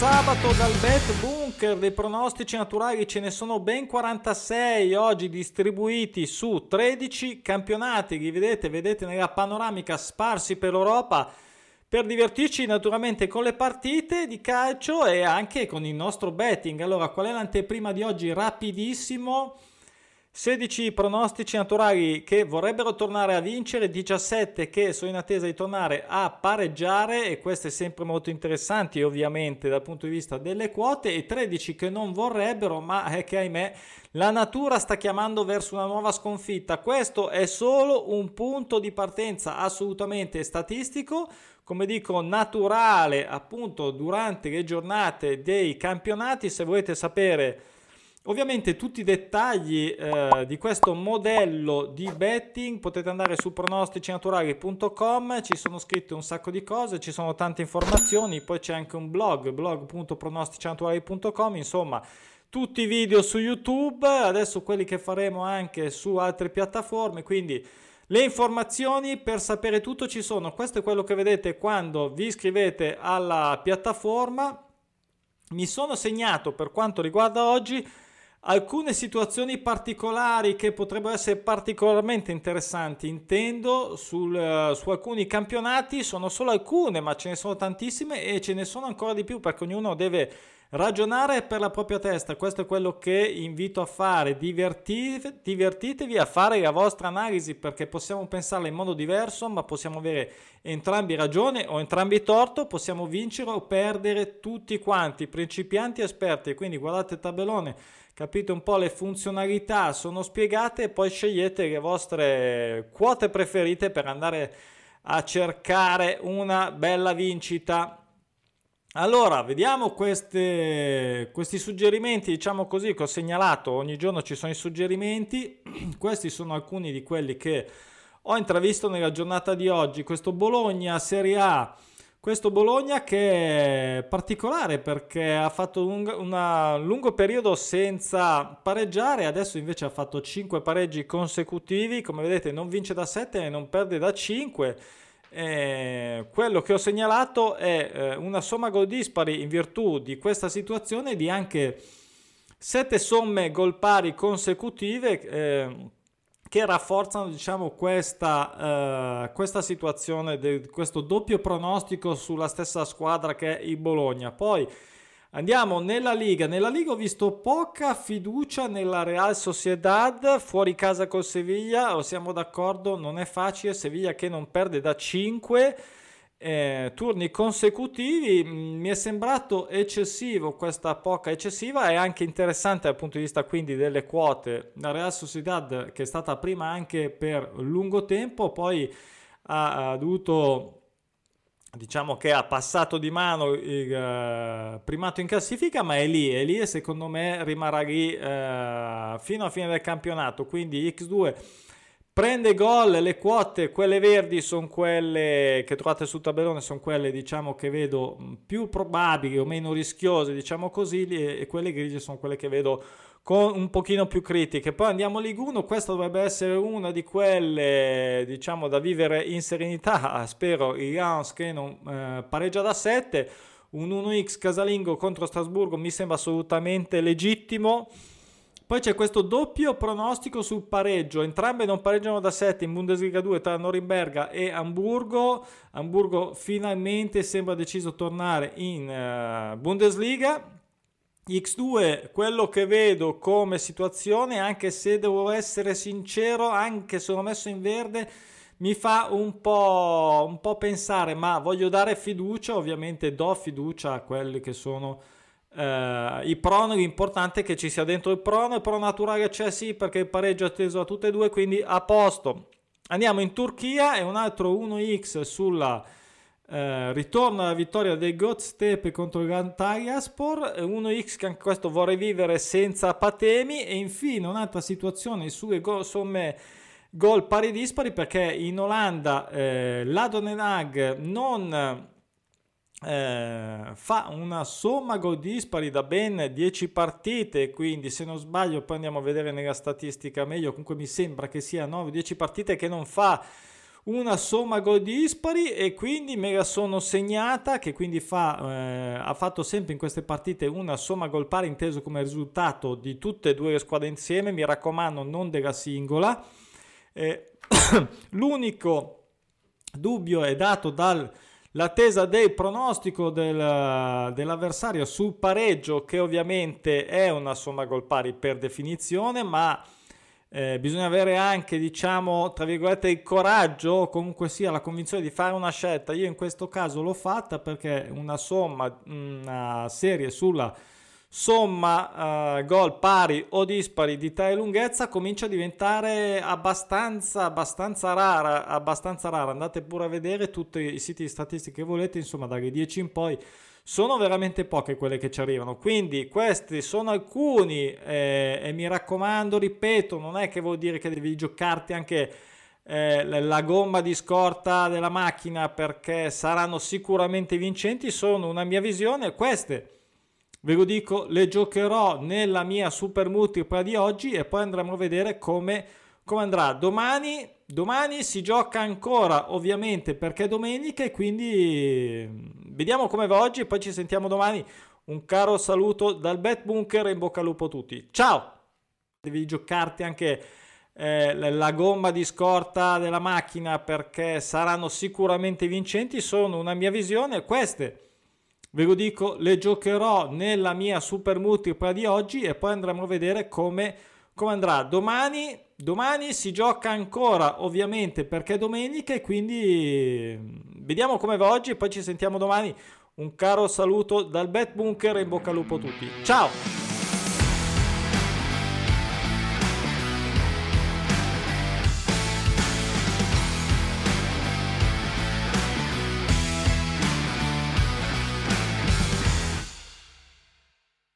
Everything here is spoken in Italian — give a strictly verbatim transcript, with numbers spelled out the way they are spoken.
sabato dal Bet Bunker dei pronostici naturali, ce ne sono ben quarantasei oggi distribuiti su tredici campionati, li vedete, vedete nella panoramica sparsi per l'Europa, per divertirci naturalmente con le partite di calcio e anche con il nostro betting. Allora, qual è l'anteprima di oggi? Rapidissimo. sedici pronostici naturali che vorrebbero tornare a vincere, diciassette che sono in attesa di tornare a pareggiare, e queste sempre molto interessanti ovviamente dal punto di vista delle quote, e tredici che non vorrebbero, ma è che ahimè la natura sta chiamando verso una nuova sconfitta. Questo è solo un punto di partenza assolutamente statistico, come dico, naturale appunto durante le giornate dei campionati. Se volete sapere ovviamente tutti i dettagli eh, di questo modello di betting potete andare su pronostici naturali punto com, ci sono scritte un sacco di cose, ci sono tante informazioni, poi c'è anche un blog, blog punto pronostici naturali punto com, insomma tutti i video su YouTube, adesso quelli che faremo anche su altre piattaforme, quindi le informazioni per sapere tutto ci sono. Questo è quello che vedete quando vi iscrivete alla piattaforma. Mi sono segnato, per quanto riguarda oggi, alcune situazioni particolari che potrebbero essere particolarmente interessanti, intendo sul, uh, su alcuni campionati. Sono solo alcune, ma ce ne sono tantissime e ce ne sono ancora di più, perché ognuno deve ragionare per la propria testa. Questo è quello che invito a fare. Divertite, divertitevi a fare la vostra analisi, perché possiamo pensarla in modo diverso, ma possiamo avere entrambi ragione o entrambi torto, possiamo vincere o perdere tutti quanti, principianti e esperti. Quindi guardate il tabellone, capite un po' le funzionalità, sono spiegate, e poi scegliete le vostre quote preferite per andare a cercare una bella vincita. Allora, vediamo queste, questi suggerimenti, diciamo così, che ho segnalato. Ogni giorno ci sono i suggerimenti. Questi sono alcuni di quelli che ho intravisto nella giornata di oggi. Questo Bologna Serie A, questo Bologna che è particolare perché ha fatto un una, lungo periodo senza pareggiare, adesso invece ha fatto cinque pareggi consecutivi, come vedete non vince da sette e non perde da cinque. Eh, quello che ho segnalato è eh, una somma gol dispari in virtù di questa situazione, di anche sette somme gol pari consecutive eh, che rafforzano, diciamo, questa, eh, questa situazione, di questo doppio pronostico sulla stessa squadra che è il Bologna. Poi andiamo nella Liga. Nella Liga ho visto poca fiducia nella Real Sociedad, fuori casa col Sevilla, siamo d'accordo, non è facile. Sevilla che non perde da cinque eh, turni consecutivi. Mi è sembrato eccessivo, questa poca eccessiva, e anche interessante dal punto di vista quindi delle quote. La Real Sociedad, che è stata prima anche per lungo tempo, poi ha, ha dovuto, diciamo che ha passato di mano il uh, primato in classifica, ma è lì, è lì e secondo me rimarrà lì uh, fino alla fine del campionato. Quindi X due prende gol, le quote, quelle verdi sono quelle che trovate sul tabellone, sono quelle, diciamo, che vedo più probabili o meno rischiose, diciamo così, e quelle grigie sono quelle che vedo con un pochino più critiche. Poi andiamo a Ligue uno, questa dovrebbe essere una di quelle, diciamo, da vivere in serenità. Spero il Lens che non eh, pareggia da sette, un uno x casalingo contro Strasburgo mi sembra assolutamente legittimo. Poi c'è questo doppio pronostico sul pareggio, entrambe non pareggiano da sette in Bundesliga due tra Norimberga e Amburgo. Amburgo finalmente sembra deciso a tornare in uh, Bundesliga. X due, quello che vedo come situazione, anche se devo essere sincero, anche se l'ho messo in verde, mi fa un po', un po' pensare, ma voglio dare fiducia, ovviamente do fiducia a quelli che sono Uh, i prono. L'importante è che ci sia dentro il prono, il prono naturale c'è, sì, perché il pareggio è atteso a tutte e due, quindi a posto. Andiamo in Turchia e un altro uno x sulla uh, ritorno alla vittoria del Göztepe contro il Antalyaspor, uno x che anche questo vorrei vivere senza patemi. E infine un'altra situazione sulle go- somme gol pari dispari, perché in Olanda eh, l'Ado Den Haag non Eh, fa una somma gol dispari da ben dieci partite, quindi se non sbaglio, poi andiamo a vedere nella statistica meglio, comunque mi sembra che sia nove dieci partite che non fa una somma gol dispari e quindi me la sono segnata, che quindi fa, eh, ha fatto sempre in queste partite una somma gol pari inteso come risultato di tutte e due le squadre insieme, mi raccomando non della singola. Eh, l'unico dubbio è dato dall'attesa del pronostico del, dell'avversario sul pareggio, che ovviamente è una somma gol pari per definizione, ma Eh, bisogna avere anche, diciamo, tra virgolette, il coraggio, o comunque sia la convinzione di fare una scelta. Io in questo caso l'ho fatta perché una somma, una serie sulla somma eh, gol pari o dispari di tale lunghezza comincia a diventare abbastanza, abbastanza rara, abbastanza rara. Andate pure a vedere tutti i siti di statistica che volete, insomma, dalle dieci in poi. Sono veramente poche quelle che ci arrivano, quindi questi sono alcuni eh, e mi raccomando, ripeto, non è che vuol dire che devi giocarti anche eh, la gomma di scorta della macchina perché saranno sicuramente vincenti, sono una mia visione, queste ve lo dico, le giocherò nella mia super multipla di oggi e poi andremo a vedere come, come andrà. Domani, domani si gioca ancora, ovviamente, perché è domenica e quindi vediamo come va oggi e poi ci sentiamo domani. Un caro saluto dal Bet Bunker e in bocca al lupo a tutti. Ciao! Devi giocarti anche eh, la gomma di scorta della macchina perché saranno sicuramente vincenti, sono una mia visione, queste ve lo dico, le giocherò nella mia super multipla di oggi e poi andremo a vedere come, come andrà. Domani, domani si gioca ancora, ovviamente, perché è domenica e quindi vediamo come va oggi e poi ci sentiamo domani. Un caro saluto dal Bet Bunker e in bocca al lupo a tutti. Ciao!